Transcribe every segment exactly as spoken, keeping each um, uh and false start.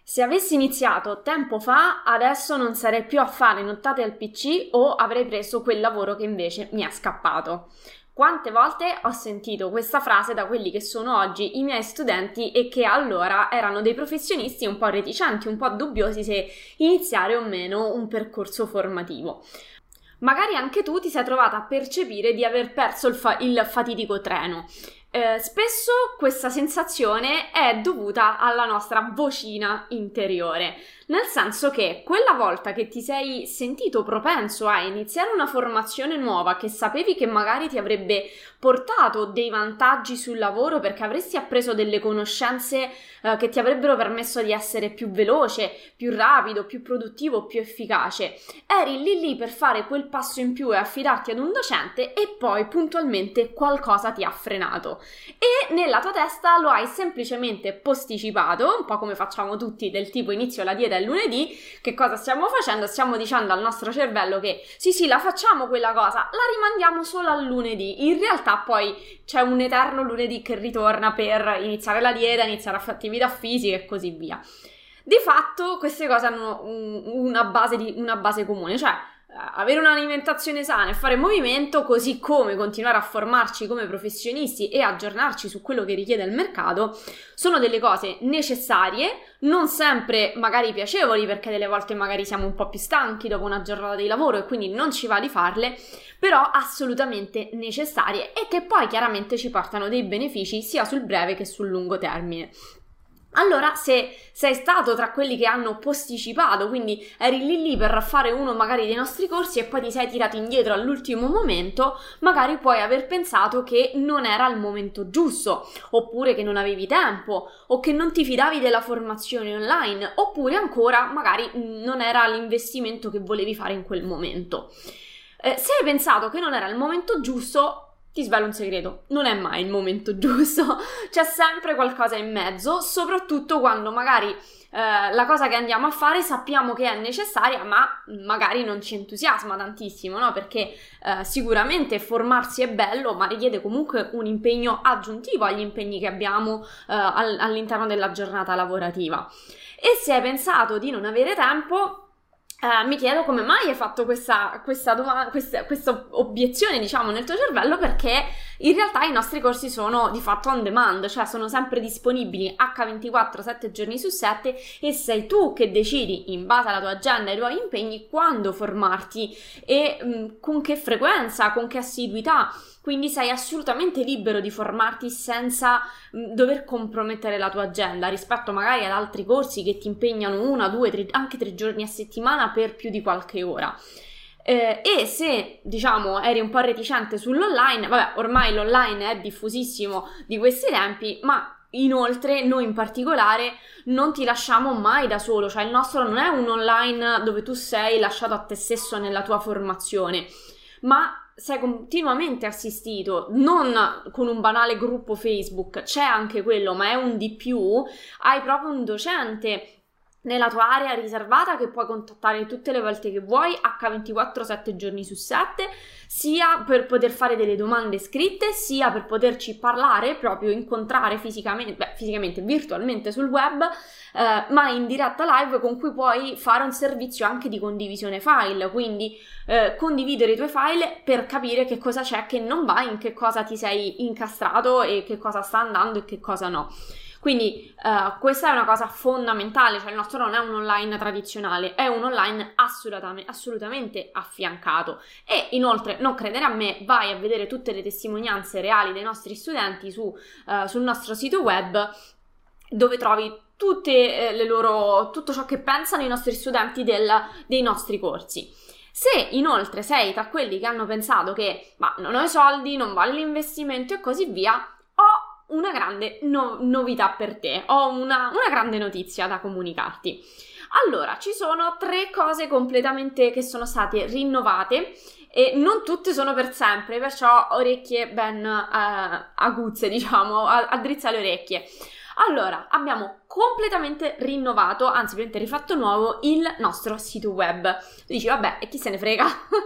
Se avessi iniziato tempo fa, adesso non sarei più a fare nottate al P C o avrei preso quel lavoro che invece mi è scappato. Quante volte ho sentito questa frase da quelli che sono oggi i miei studenti e che allora erano dei professionisti un po' reticenti, un po' dubbiosi se iniziare o meno un percorso formativo. Magari anche tu ti sei trovata a percepire di aver perso il, fa- il fatidico treno. Eh, spesso questa sensazione è dovuta alla nostra vocina interiore, nel senso che quella volta che ti sei sentito propenso a iniziare una formazione nuova che sapevi che magari ti avrebbe portato dei vantaggi sul lavoro perché avresti appreso delle conoscenze eh, che ti avrebbero permesso di essere più veloce, più rapido, più produttivo, più efficace, eri lì lì per fare quel passo in più e affidarti ad un docente e poi puntualmente qualcosa ti ha frenato. E nella tua testa lo hai semplicemente posticipato, un po' come facciamo tutti, del tipo inizio la dieta il lunedì. Che cosa stiamo facendo? Stiamo dicendo al nostro cervello che sì sì la facciamo quella cosa, la rimandiamo solo al lunedì. In realtà poi c'è un eterno lunedì che ritorna per iniziare la dieta, iniziare a fare attività fisica e così via. Di fatto queste cose hanno una base, di, una base comune, cioè avere un'alimentazione sana e fare movimento, così come continuare a formarci come professionisti e aggiornarci su quello che richiede il mercato, sono delle cose necessarie, non sempre magari piacevoli, perché delle volte magari siamo un po' più stanchi dopo una giornata di lavoro e quindi non ci va di farle, però assolutamente necessarie e che poi chiaramente ci portano dei benefici sia sul breve che sul lungo termine. Allora, se sei stato tra quelli che hanno posticipato, quindi eri lì lì per fare uno magari dei nostri corsi e poi ti sei tirato indietro all'ultimo momento, magari puoi aver pensato che non era il momento giusto, oppure che non avevi tempo, o che non ti fidavi della formazione online, oppure ancora magari non era l'investimento che volevi fare in quel momento. Eh, se hai pensato che non era il momento giusto, ti svelo un segreto, non è mai il momento giusto, c'è sempre qualcosa in mezzo, soprattutto quando magari eh, la cosa che andiamo a fare sappiamo che è necessaria, ma magari non ci entusiasma tantissimo, no? Perché eh, sicuramente formarsi è bello, ma richiede comunque un impegno aggiuntivo agli impegni che abbiamo eh, all- all'interno della giornata lavorativa. E se hai pensato di non avere tempo, Uh, mi chiedo come mai hai fatto questa, questa, doma- questa, questa obiezione, diciamo, nel tuo cervello, perché in realtà i nostri corsi sono di fatto on demand, cioè sono sempre disponibili acca ventiquattro, sette giorni su sette, e sei tu che decidi, in base alla tua agenda e ai tuoi impegni, quando formarti e mh, con che frequenza, con che assiduità. Quindi sei assolutamente libero di formarti senza mh, dover compromettere la tua agenda rispetto magari ad altri corsi che ti impegnano una, due, tre, anche tre giorni a settimana per più di qualche ora. Eh, e se, diciamo, eri un po' reticente sull'online, vabbè, ormai l'online è diffusissimo di questi tempi, ma inoltre noi in particolare non ti lasciamo mai da solo, cioè il nostro non è un online dove tu sei lasciato a te stesso nella tua formazione, ma sei continuamente assistito, non con un banale gruppo Facebook, c'è anche quello, ma è un di più, hai proprio un docente nella tua area riservata che puoi contattare tutte le volte che vuoi, acca ventiquattro, sette giorni su sette, sia per poter fare delle domande scritte, sia per poterci parlare, proprio incontrare fisicamente, beh, fisicamente, virtualmente sul web, eh, ma in diretta live, con cui puoi fare un servizio anche di condivisione file, quindi eh, condividere i tuoi file per capire che cosa c'è che non va, in che cosa ti sei incastrato e che cosa sta andando e che cosa no. Quindi uh, questa è una cosa fondamentale, cioè il nostro non è un online tradizionale, è un online assolutamente, assolutamente affiancato. E inoltre, non credere a me, vai a vedere tutte le testimonianze reali dei nostri studenti su, uh, sul nostro sito web, dove trovi tutte le loro, tutto ciò che pensano i nostri studenti del, dei nostri corsi. Se inoltre sei tra quelli che hanno pensato che ma non ho i soldi, non vale l'investimento e così via, ho una grande no- novità per te, ho una, una grande notizia da comunicarti. Allora, ci sono tre cose completamente che sono state rinnovate e non tutte sono per sempre, perciò orecchie ben uh, aguzze, diciamo, addrizza le orecchie. Allora, abbiamo completamente rinnovato, anzi praticamente rifatto nuovo, il nostro sito web. Tu dici, vabbè, e chi se ne frega?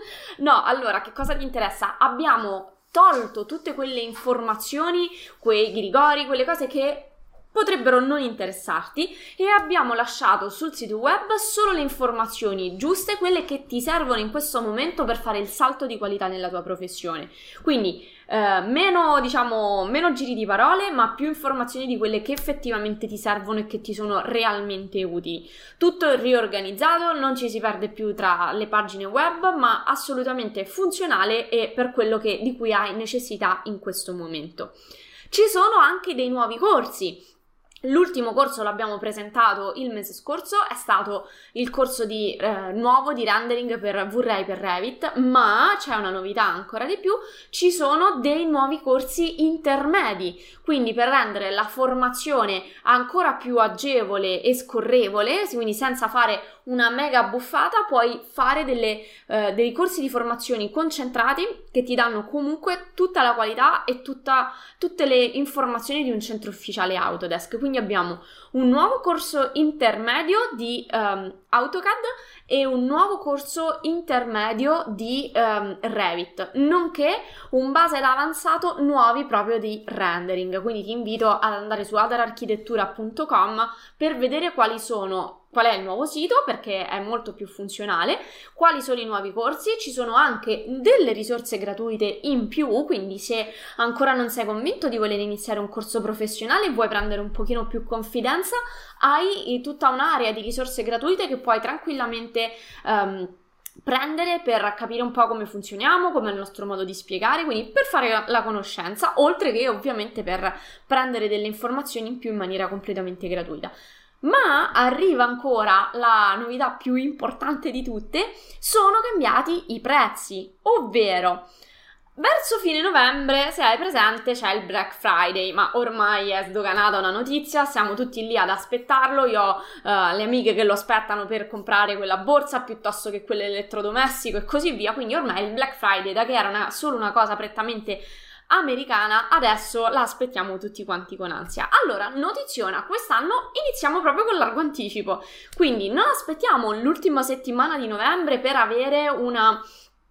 No, allora, che cosa ti interessa? Abbiamo tolto tutte quelle informazioni, quei grigori, quelle cose che potrebbero non interessarti e abbiamo lasciato sul sito web solo le informazioni giuste, quelle che ti servono in questo momento per fare il salto di qualità nella tua professione. Quindi eh, meno, diciamo, meno giri di parole, ma più informazioni di quelle che effettivamente ti servono e che ti sono realmente utili. Tutto riorganizzato, non ci si perde più tra le pagine web, ma assolutamente funzionale e per quello che, di cui hai necessità in questo momento. Ci sono anche dei nuovi corsi. L'ultimo corso l'abbiamo presentato il mese scorso, è stato il corso di, eh, nuovo di rendering per V-Ray per Revit, ma c'è una novità ancora di più, ci sono dei nuovi corsi intermedi, quindi per rendere la formazione ancora più agevole e scorrevole, quindi senza fare una mega buffata, puoi fare delle, eh, dei corsi di formazione concentrati che ti danno comunque tutta la qualità e tutta, tutte le informazioni di un centro ufficiale Autodesk. Quindi abbiamo un nuovo corso intermedio di um, AutoCAD e un nuovo corso intermedio di um, Revit, nonché un base ed avanzato nuovi proprio di rendering. Quindi ti invito ad andare su adararchitettura punto com per vedere quali sono qual è il nuovo sito, perché è molto più funzionale, quali sono i nuovi corsi. Ci sono anche delle risorse gratuite in più, quindi se ancora non sei convinto di voler iniziare un corso professionale e vuoi prendere un pochino più confidenza, hai tutta un'area di risorse gratuite che puoi tranquillamente um, prendere per capire un po' come funzioniamo, come è il nostro modo di spiegare, quindi per fare la conoscenza, oltre che ovviamente per prendere delle informazioni in più in maniera completamente gratuita. Ma arriva ancora la novità più importante di tutte: sono cambiati i prezzi, ovvero verso fine novembre, se hai presente, c'è il Black Friday, ma ormai è sdoganata una notizia, siamo tutti lì ad aspettarlo. Io ho uh, le amiche che lo aspettano per comprare quella borsa piuttosto che quell'elettrodomestico e così via, quindi ormai il Black Friday, da che era una, solo una cosa prettamente americana, adesso la aspettiamo tutti quanti con ansia. Allora, notiziona, quest'anno iniziamo proprio con largo anticipo, quindi non aspettiamo l'ultima settimana di novembre per avere una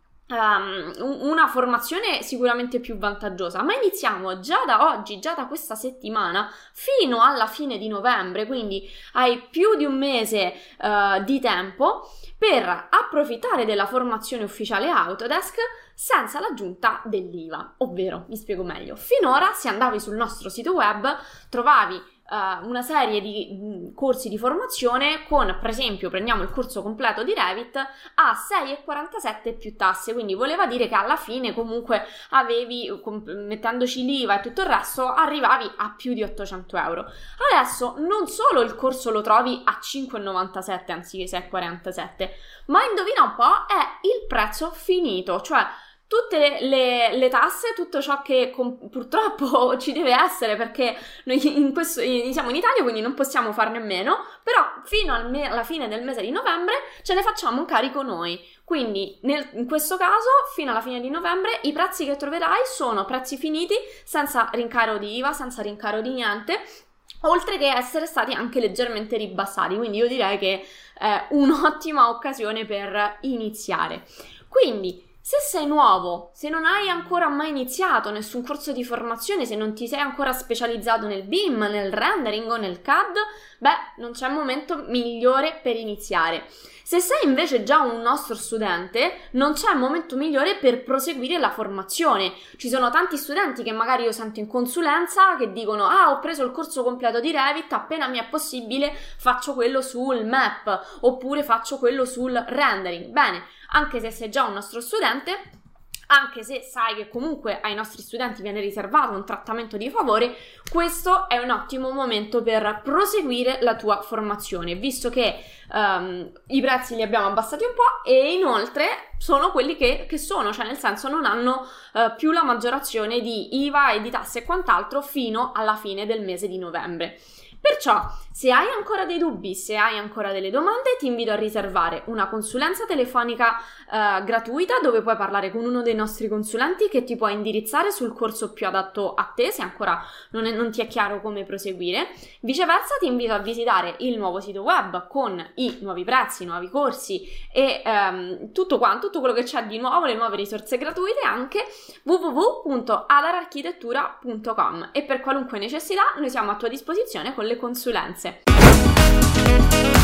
Um, una formazione sicuramente più vantaggiosa, ma iniziamo già da oggi, già da questa settimana fino alla fine di novembre, quindi hai più di un mese uh, di tempo per approfittare della formazione ufficiale Autodesk senza l'aggiunta dell'I V A. Ovvero, mi spiego meglio, finora se andavi sul nostro sito web trovavi Uh, una serie di mh, corsi di formazione con, per esempio, prendiamo il corso completo di Revit a sei virgola quarantasette più tasse, quindi voleva dire che alla fine comunque avevi, com- mettendoci l'I V A e tutto il resto, arrivavi a più di ottocento euro. Adesso non solo il corso lo trovi a cinque virgola novantasette anziché sei virgola quarantasette, ma indovina un po', è il prezzo finito, cioè tutte le, le tasse, tutto ciò che com- purtroppo ci deve essere, perché noi in questo, in, siamo in Italia, quindi non possiamo farne meno, però fino al me- alla fine del mese di novembre ce ne facciamo un carico noi. Quindi nel, in questo caso, fino alla fine di novembre, i prezzi che troverai sono prezzi finiti, senza rincaro di I V A, senza rincaro di niente, oltre che essere stati anche leggermente ribassati, quindi io direi che è un'ottima occasione per iniziare. Quindi, se sei nuovo, se non hai ancora mai iniziato nessun corso di formazione, se non ti sei ancora specializzato nel B I M, nel rendering o nel C A D, beh, non c'è momento migliore per iniziare. Se sei invece già un nostro studente, non c'è momento migliore per proseguire la formazione. Ci sono tanti studenti che magari io sento in consulenza che dicono: ah, ho preso il corso completo di Revit, appena mi è possibile faccio quello sul map, oppure faccio quello sul rendering. Bene, anche se sei già un nostro studente, anche se sai che comunque ai nostri studenti viene riservato un trattamento di favore, questo è un ottimo momento per proseguire la tua formazione, visto che um, i prezzi li abbiamo abbassati un po' e inoltre sono quelli che, che sono, cioè nel senso non hanno uh, più la maggiorazione di I V A e di tasse e quant'altro fino alla fine del mese di novembre. Perciò, se hai ancora dei dubbi, se hai ancora delle domande, ti invito a riservare una consulenza telefonica eh, gratuita dove puoi parlare con uno dei nostri consulenti che ti può indirizzare sul corso più adatto a te, se ancora non, è, non ti è chiaro come proseguire. Viceversa, ti invito a visitare il nuovo sito web con i nuovi prezzi, i nuovi corsi e ehm, tutto quanto, tutto quello che c'è di nuovo, le nuove risorse gratuite, anche w w w punto adararchitettura punto com, e per qualunque necessità noi siamo a tua disposizione con le consulenze.